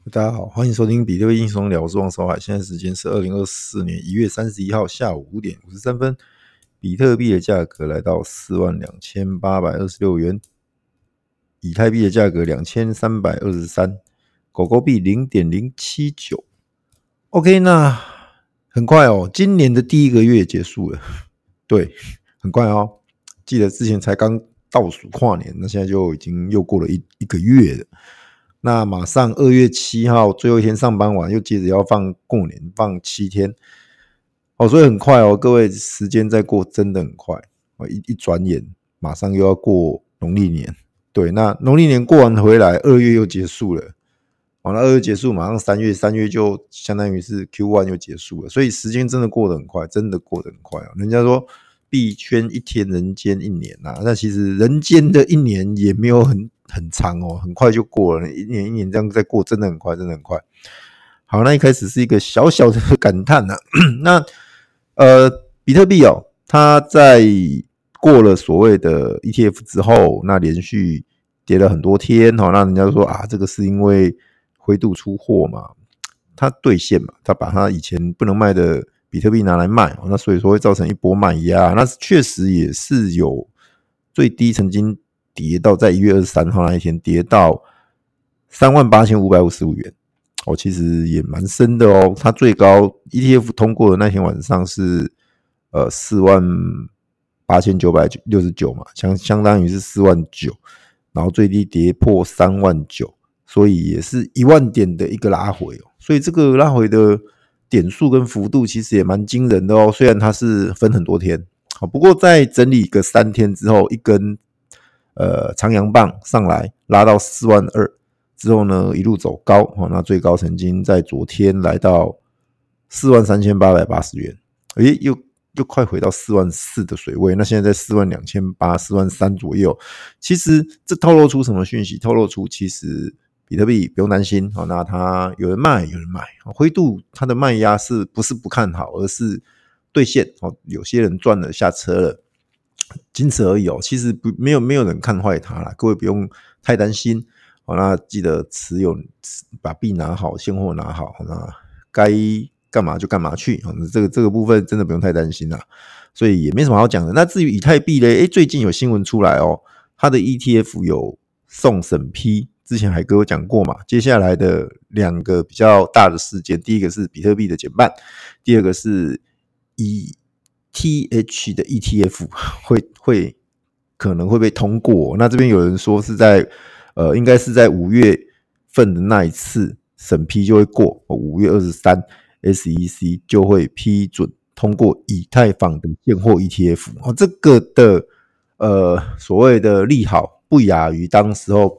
大家好，欢迎收听比特币轻松聊，我是王守海。现在时间是2024年1月31号下午5点53分，比特币的价格来到42826元，以太币的价格2323，狗狗币0.079。OK， 那很快哦，今年的第一个月结束了，对，很快哦。记得之前才刚倒数跨年，那现在就已经又过了一个月了。那马上2月7号最后一天上班完，又接着要放过年，放7天，所以很快哦，各位时间在过，真的很快，一转眼马上又要过农历年，对，那农历年过完回来，2月又结束了，那2月结束，马上3月就相当于是 Q1 又结束了，所以时间真的过得很快，真的过得很快哦。人家说币圈一天，人间一年啊，那其实人间的一年也没有很长哦，很快就过了，一年这样再过，真的很快，真的很快。好，那一开始是一个小小的感叹啊，那比特币哦，它在过了所谓的 ETF 之后，那连续跌了很多天，那人家说啊，这个是因为灰度出货嘛，它兑现嘛，它把它以前不能卖的比特币拿来卖，那所以说会造成一波卖压，那确实也是有最低曾经跌到在1月23号那一天跌到38,555元，其实也蛮深的哦。它最高 ETF 通过的那天晚上是48,969嘛，相当于是49000，然后最低跌破39000，所以也是1万点的一个拉回哦。所以这个拉回的点数跟幅度其实也蛮惊人的哦，虽然它是分很多天，不过在整理个3天之后，一根长阳棒上来拉到42000之后呢，一路走高，那最高曾经在昨天来到43880元，又快回到44000的水位，那现在在42800、43000左右。其实这透露出什么讯息？透露出其实比特币不用担心，那它有人卖，有人买，灰度它的卖压是不是不看好，而是兑现，有些人赚了下车了，仅此而已哦。其实没有人看坏它啦，各位不用太担心。那记得持有，把币拿好，现货拿好，那该干嘛就干嘛去，这个部分真的不用太担心啦，所以也没什么好讲的。那至于以太币呢，最近有新闻出来哦，它的 ETF 有送审批，之前海哥有讲过嘛，接下来的2个比较大的事件，第一个是比特币的减半，第二个是ETH 的 ETF 可能会被通过，那这边有人说是在应该是在5月份的那一次审批就会过，5月23 SEC 就会批准通过以太坊的现货 ETF，这个的所谓的利好不亚于当时候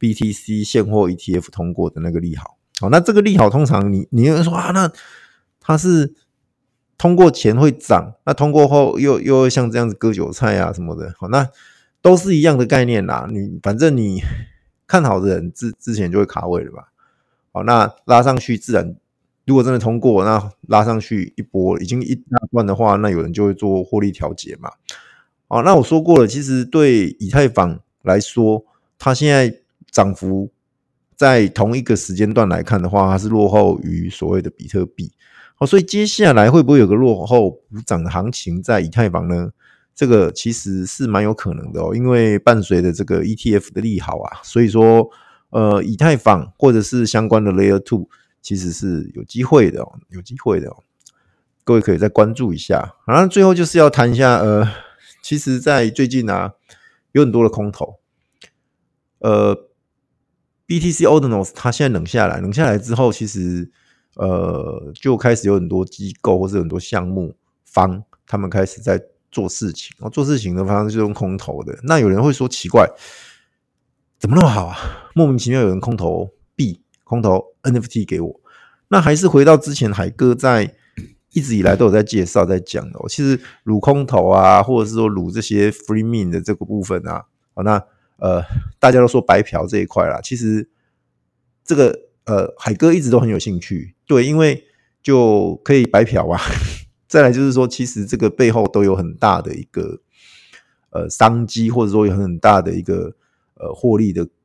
BTC 现货 ETF 通过的那个利好。那这个利好通常你会说啊，那它是通过前会涨，那通过后又像这样子割韭菜啊什么的，那都是一样的概念啦。反正你看好的人之前就会卡位了吧。好，那拉上去自然，如果真的通过，那拉上去一波已经一大段的话，那有人就会做获利调节嘛。好，那我说过了，其实对以太坊来说，它现在涨幅在同一个时间段来看的话，它是落后于所谓的比特币。所以接下来会不会有个落后补涨的行情在以太坊呢？这个其实是蛮有可能的哦，因为伴随着这个 ETF 的利好啊，所以说以太坊或者是相关的 Layer 2其实是有机会的哦，有机会的哦，各位可以再关注一下。好，那最后就是要谈一下其实在最近啊有很多的空头，BTC Ordinals 它现在冷下来之后，其实就开始有很多机构或是很多项目方他们开始在做事情，做事情的方式就是用空头的。那有人会说奇怪，怎么那么好啊？莫名其妙有人空投币、空投 NFT 给我。那还是回到之前海哥在一直以来都有在介绍在讲的，其实撸空投啊，或者是说撸这些 free mint 的这个部分啊，那大家都说白嫖这一块啦，其实这个海哥一直都很有兴趣，对，因为就可以白嫖啊。再来就是说，其实这个背后都有很大的一个商机，或者说有很大的一个获利的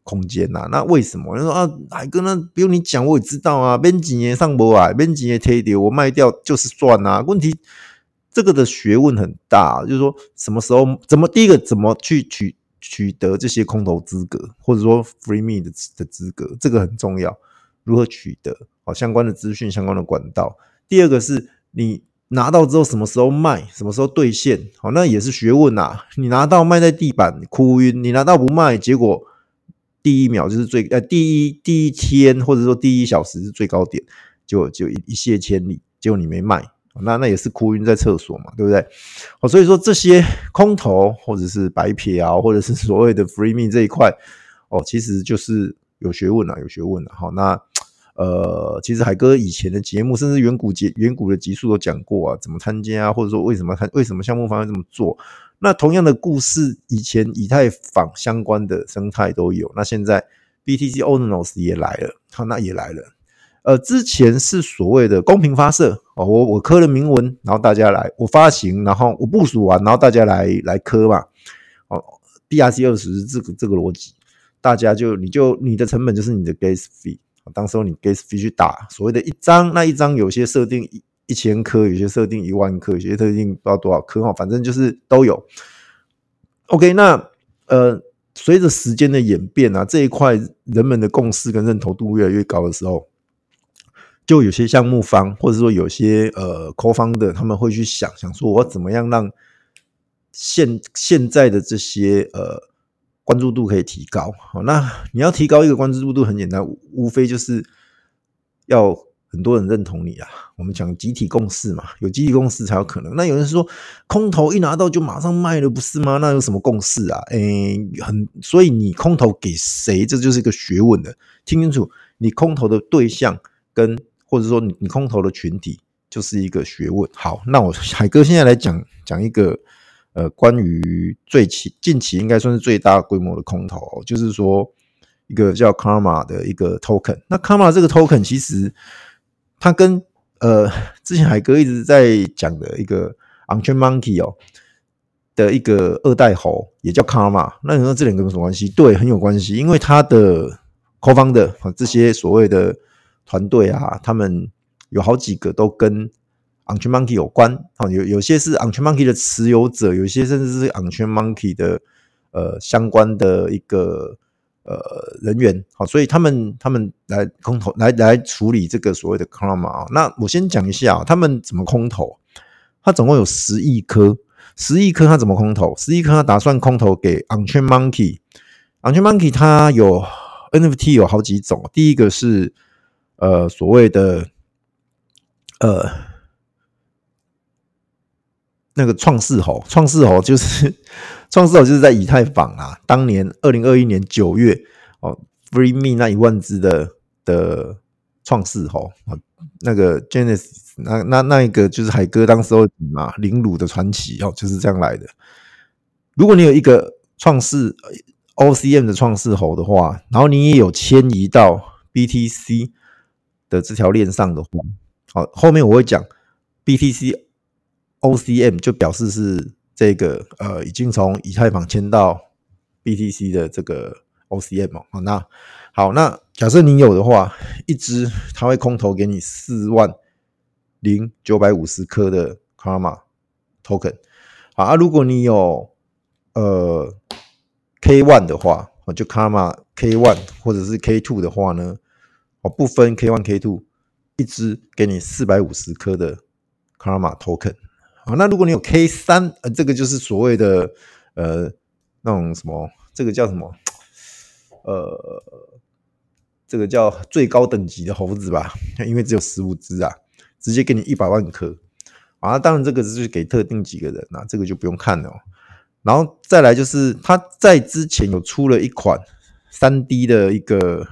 空间啊。那为什么？他说啊，海哥，那不用你讲，我也知道啊，免钱的上不来，免钱的推掉，我卖掉就是赚啊。问题这个的学问很大，就是说什么时候第一个怎么去取得这些空头资格，或者说 free me 的资格，这个很重要。如何取得相关的资讯、相关的管道？第二个是你拿到之后什么时候卖，什么时候兑现，那也是学问啊。你拿到卖在地板哭晕，你拿到不卖，结果第一秒就是第一天或者说第一小时是最高点，就一泻千里，结果你没卖，那也是哭晕在厕所嘛，对不对？所以说这些空头或者是白嫖啊，或者是所谓的 free me 这一块其实就是有学问啊，有学问啊。好，那其实海哥以前的节目，甚至远古的集数都讲过啊，怎么参加啊，或者说为什么项目方会这么做。那同样的故事，以前以太坊相关的生态都有，那现在 BTC Ordinals 也来了，好，那也来了。之前是所谓的公平发射我刻了铭文，然后大家来，我发行，然后我部署完，然后大家来刻嘛。BRC20 是这个逻辑，大家你的成本就是你的 gas fee。当时候你 gas fee 去打所谓的一张，那一张有些设定1000颗，有些设定10000颗，有些设定不知道多少颗，反正就是都有。OK， 那随着时间的演变啊，这一块人们的共识跟认同度越来越高的时候，就有些项目方或者说有些co-founder他们会去想说，我怎么样让现在的这些关注度可以提高。好，那你要提高一个关注度很简单，无非就是要很多人认同你啊。我们讲集体共识嘛，有集体共识才有可能。那有人说空头一拿到就马上卖了，不是吗？那有什么共识啊？所以你空头给谁，这就是一个学问的。听清楚，你空头的对象跟或者说你空头的群体就是一个学问。好，那我海哥现在来讲一个关于近期应该算是最大规模的空头就是说一个叫 Karma 的一个 token。那 Karma 这个 token 其实它跟之前海哥一直在讲的一个 On-Chain Monkey 的一个二代猴也叫 Karma。那你说这两个有什么关系？对，很有关系，因为它的 co-founder 这些所谓的团队啊，他们有好几个都跟On-Chain Monkey 有关，有些是 On-Chain Monkey 的持有者，有些甚至是 On-Chain Monkey 的相关的一个人员，好，所以他们来空投来处理这个所谓的 Karma。那我先讲一下他们怎么空投。他总共有10亿颗他怎么空投？10亿颗他打算空投给 On-Chain Monkey。On-Chain Monkey 它有 NFT 有好几种，第一个是所谓的那个创世猴就是在以太坊啊，当年2021年9月Free Me 那1万只的创世猴那个 Genesis 那一个就是海哥当时候嘛领乳的传奇就是这样来的。如果你有一个创世 OCM 的创世猴的话，然后你也有迁移到 BTC 的这条链上的话，好，后面我会讲 BTC OCM 就表示是这个已经从以太坊迁到 BTC 的这个 OCM 那好，那假设你有的话，一只它会空投给你40950颗的 Karma token。好，如果你有K1 的话，就 Karma K1 或者是 K2 的话呢，不分 K1 K2， 一只给你450颗的 Karma token。好，那如果你有 K3，这个就是所谓的那种什么，这个叫什么？这个叫最高等级的猴子吧，因为只有15只啊，直接给你100万颗。啊，当然这个是给特定几个人啊，这个就不用看了然后再来就是他在之前有出了一款 3D 的一个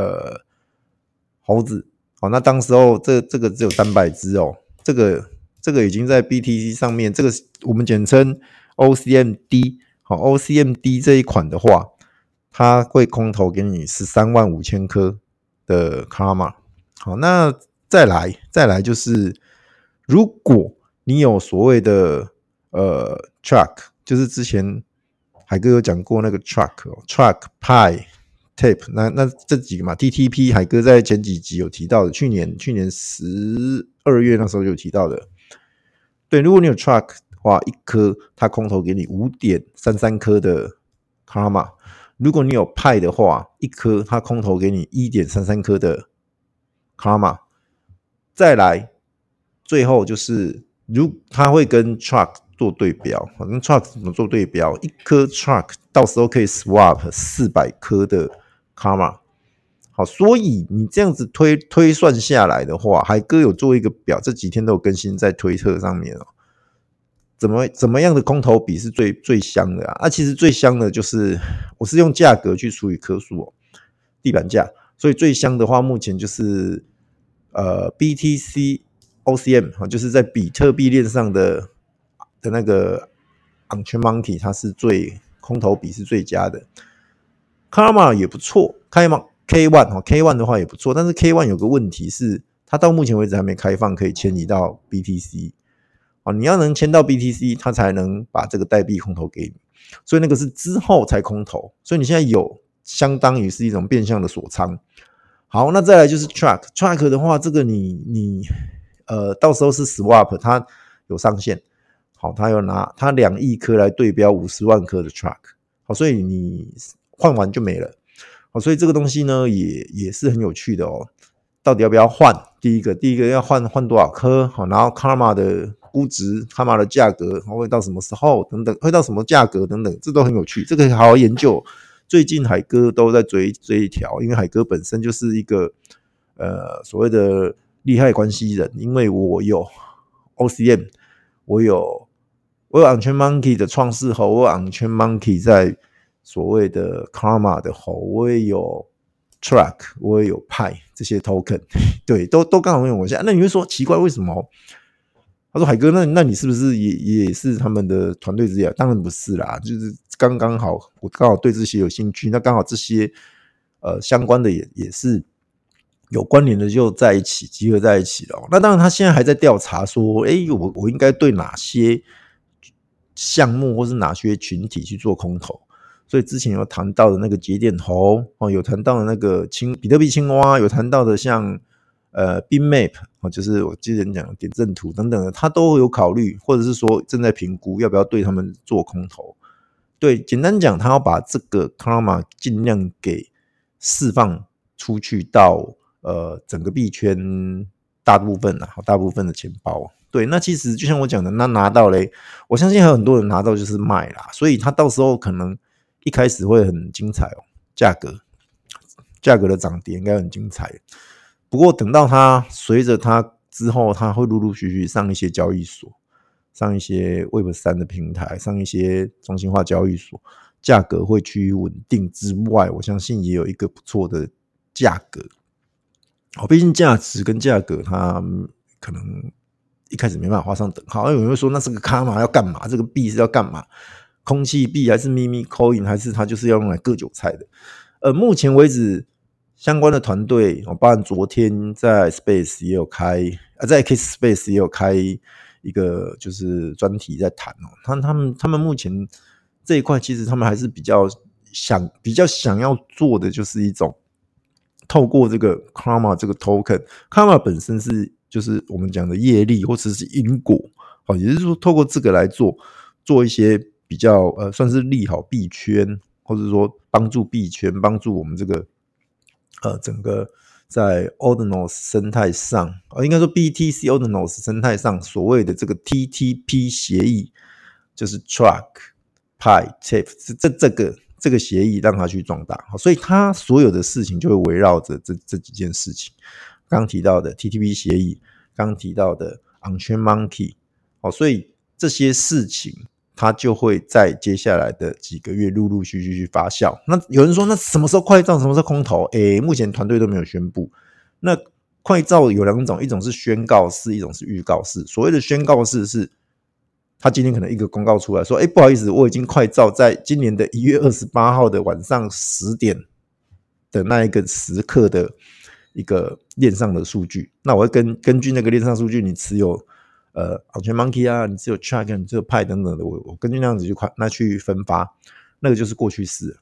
猴子，好，那当时候这个只有300只这个已经在 BTC 上面，这个我们简称 OCMD。好 ，OCMD 这一款的话，它会空投给你135000颗的 Karma。好，那再来就是，如果你有所谓的Track， 就是之前海哥有讲过那个 Track Pi Tape， 那这几个嘛 ，TTP 海哥在前几集有提到的，去年12月那时候就有提到的。对，如果你有 Truck 的话，一颗它空投给你 5.33 颗的 Karma， 如果你有派的话，一颗它空投给你 1.33 颗的 Karma。再来，最后就是它会跟 Truck 做对标，反正 Truck 怎么做对标？一颗 Truck 到时候可以 swap 400颗的 Karma。好，所以你这样子推算下来的话，海哥有做一个表，这几天都有更新在推特上面哦。怎么样的空投比是最香的啊？其实最香的就是我是用价格去除以颗数哦，地板价，所以最香的话目前就是BTC OCM， 就是在比特币链上的那个 Unchained Monkey， 它是空投比是最佳的。Karma 也不错，K1 的话也不错，但是 K1 有个问题是，它到目前为止还没开放可以迁移到 BTC。你要能迁到 BTC， 它才能把这个代币空投给你，所以那个是之后才空投，所以你现在有相当于是一种变相的锁仓。好，那再来就是 Truck 的话，这个你到时候是 Swap， 它有上限。好，它有拿它2亿颗来对标50万颗的 Truck， 好，所以你换完就没了。好，所以这个东西呢也是很有趣的哦。到底要不要换？第一个要换多少颗？好，然后 Karma 的估值、Karma 的价格会到什么时候等等，会到什么价格等等，这都很有趣，这个可以好好研究。最近海哥都在追一条，因为海哥本身就是一个所谓的利害关系人，因为我有 OCM， 我有 Unchained Monkey 的创世猴，我有 Unchained Monkey 在所谓的 Karma 的猴，我也有 Truck， 我也有派这些 token， 对，都刚好用我下。那你会说奇怪为什么？他说海哥，那你是不是也是他们的团队之一？当然不是啦，就是刚刚好，我刚好对这些有兴趣，那刚好这些相关的也是有关联的就在一起集合在一起了。那当然他现在还在调查说，我应该对哪些项目或是哪些群体去做空投。所以之前有谈到的那个节点猴，有谈到的那个比特币青蛙，有谈到的像BitMap， 就是我之前讲的点阵图等等的，他都有考虑，或者是说正在评估要不要对他们做空投。对，简单讲，他要把这个 Karma 尽量给释放出去到整个币圈大部分的钱包。对，那其实就像我讲的，那拿到嘞，我相信还有很多人拿到就是卖啦，所以他到时候可能一开始会很精彩哦，价格的涨跌应该很精彩。不过等到它随着它之后，它会陆陆续续上一些交易所，上一些 Web3 的平台，上一些中心化交易所，价格会趋于稳定之外，我相信也有一个不错的价格。毕竟价值跟价格它可能一开始没办法画上等号。有人会说那这个卡玛要干嘛？这个币是要干嘛？空气币还是咪咪 coin， 还是它就是要用来割韭菜的？目前为止相关的团队，包含昨天在 Space 也有开，在 X Space 也有开一个就是专题在谈哦。他们目前这一块其实他们还是比较想要做的就是一种透过这个 Karma 这个 token，Karma 本身是就是我们讲的业力或者是因果，也就是说透过这个来做一些比较算是利好币圈，或者说帮助币圈，帮助我们这个整个在 Ordinals 生态上，应该说 BTC Ordinals 生态上所谓的这个 TTP 协议，就是 Truck、Pi、Tape 这个协议让它去壮大，所以它所有的事情就会围绕着这几件事情。刚刚提到的 TTP 协议，刚刚提到的 Unchained Monkey，所以这些事情它就会在接下来的几个月陆陆续续去发酵。那有人说，那什么时候快照，什么时候空投？目前团队都没有宣布。那快照有两种，一种是宣告式，一种是预告式。所谓的宣告式是，他今天可能一个公告出来说，不好意思，我已经快照在今年的1月28号的晚上10点的那一个时刻的一个链上的数据。那我会根据那个链上数据，你持有Unchained Monkey 啊，你只有 Truck， 你只有 Pi 等等的，我根据那样子去分发，那个就是过去式。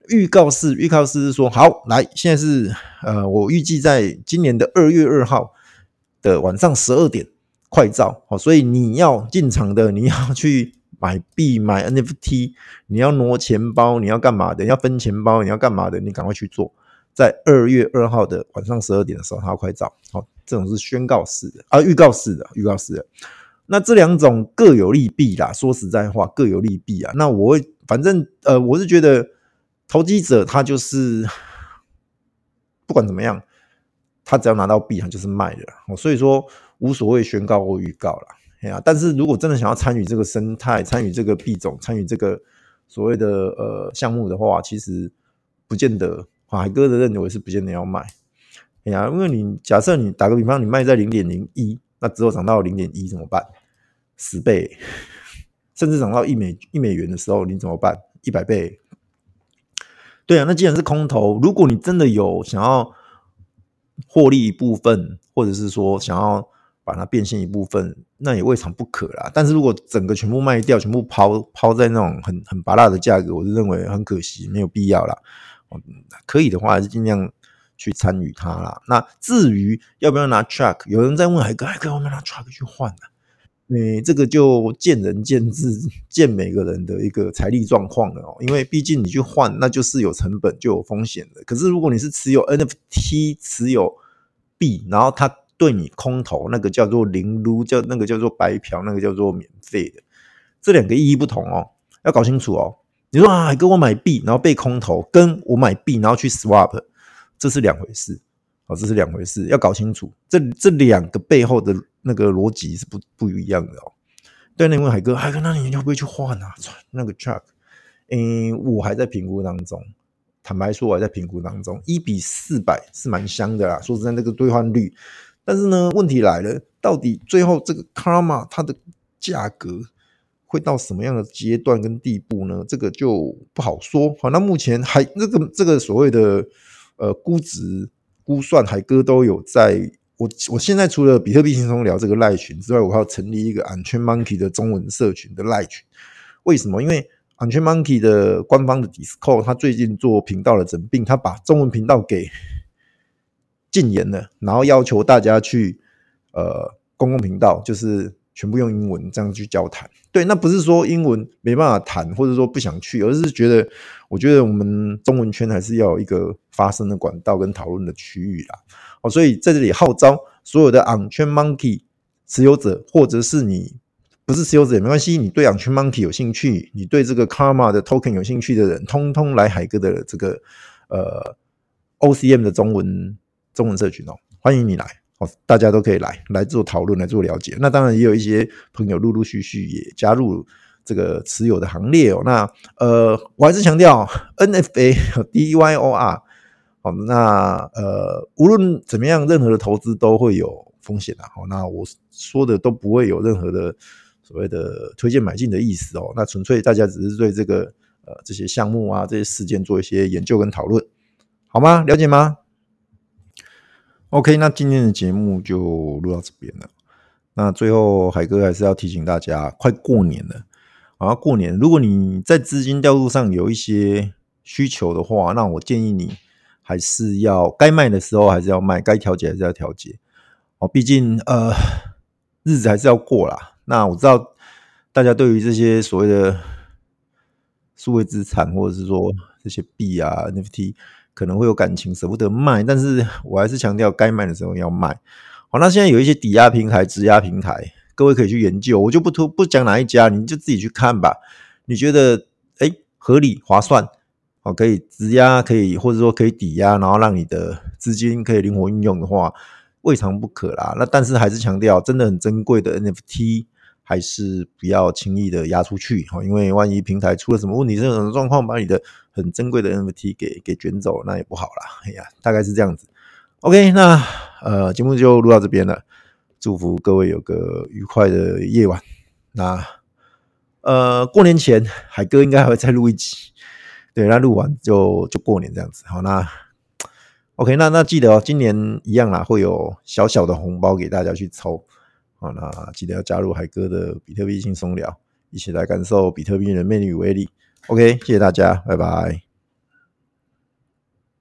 预告式是说，好，来，现在是我预计在今年的2月2号的晚上12点快照，所以你要进场的，你要去买币买 NFT， 你要挪钱包，你要干嘛的？你要分钱包，你要干嘛的？你赶快去做。在2月2号的晚上12点的时候，它要快照，这种是宣告式的啊，预告式的。那这两种各有利弊啦，说实在话各有利弊啊。那我会反正我是觉得投机者他就是不管怎么样，他只要拿到币他就是卖的啦，所以说无所谓宣告或预告啦。但是如果真的想要参与这个生态，参与这个币种，参与这个所谓的项目的话，其实不见得，海哥的认为是不见得要卖。因为你假设你打个比方，你卖在 0.01， 那之后涨到 0.1 怎么办？10倍，甚至涨到1美元的时候你怎么办？100倍。对啊，那既然是空头，如果你真的有想要获利一部分，或者是说想要把它变现一部分，那也未尝不可啦。但是如果整个全部卖掉，全部抛在那种很拔辣的价格，我就认为很可惜，没有必要啦。可以的话还是尽量去参与它啦。那至于要不要拿 truck， 有人在问海哥要不要拿 truck 去换啊？这个就见仁见智，见每个人的一个财力状况了因为毕竟你去换，那就是有成本就有风险的。可是如果你是持有 NFT， 持有币，然后它对你空投，那个叫做零撸，那个叫做白嫖，那个叫做免费的，这两个意义不同要搞清楚你说海哥我买币然后被空投，跟我买币然后去 swap， 这是两回事。这是两回事，要搞清楚这两个背后的那个逻辑是不一样的对，那问海哥，那你会不会去换啊？那个 truck，我还在评估当中。坦白说，我还在评估当中，1比400是蛮香的啦。说实在，那个兑换率，但是呢，问题来了，到底最后这个 Karma 它的价格会到什么样的阶段跟地步呢？这个就不好说。那目前还这个所谓的估值。估算海哥都有在我现在除了比特币轻松聊这个赖群之外，我还要成立一个 Antchain Monkey 的中文社群的赖群。为什么？因为 Antchain Monkey 的官方的 Discord 他最近做频道的整并，他把中文频道给禁言了，然后要求大家去公共频道，就是全部用英文这样去交谈。对，那不是说英文没办法谈，或者说不想去，而是我觉得我们中文圈还是要有一个发声的管道跟讨论的区域啦。所以在这里号召所有的 Antchain Monkey 持有者，或者是你不是持有者也没关系，你对 Antchain Monkey 有兴趣，你对这个 Karma 的 token 有兴趣的人，通通来海哥的这个OCM 的中文社群欢迎你来。大家都可以来做讨论，来做了解。那当然也有一些朋友陆陆续续也加入这个持有的行列那我还是强调 NFA DYOR 那无论怎么样，任何的投资都会有风险那我说的都不会有任何的所谓的推荐买进的意思那纯粹大家只是对这个这些项目这些事件做一些研究跟讨论，好吗？了解吗？OK， 那今天的节目就录到这边了。那最后海哥还是要提醒大家，快过年了过年如果你在资金调度上有一些需求的话，那我建议你还是要该卖的时候还是要卖，该调节还是要调节毕竟日子还是要过啦。那我知道大家对于这些所谓的数位资产或者是说这些币NFT可能会有感情舍不得卖，但是我还是强调该卖的时候要卖。那现在有一些抵押平台、质押平台，各位可以去研究，我就不讲哪一家，你就自己去看吧。你觉得合理划算可以质押，可以或者说可以抵押，然后让你的资金可以灵活运用的话，未尝不可啦。那但是还是强调，真的很珍贵的 NFT。还是不要轻易的押出去因为万一平台出了什么问题，这种状况把你的很珍贵的 NFT 给卷走，那也不好啦。大概是这样子。OK， 那节目就录到这边了，祝福各位有个愉快的夜晚。那过年前海哥应该还会再录一集，对，那录完就过年这样子。好，那 OK， 那记得今年一样啦，会有小小的红包给大家去抽。那记得要加入海哥的比特币轻松聊，一起来感受比特币的魅力与威力。OK， 谢谢大家，拜拜。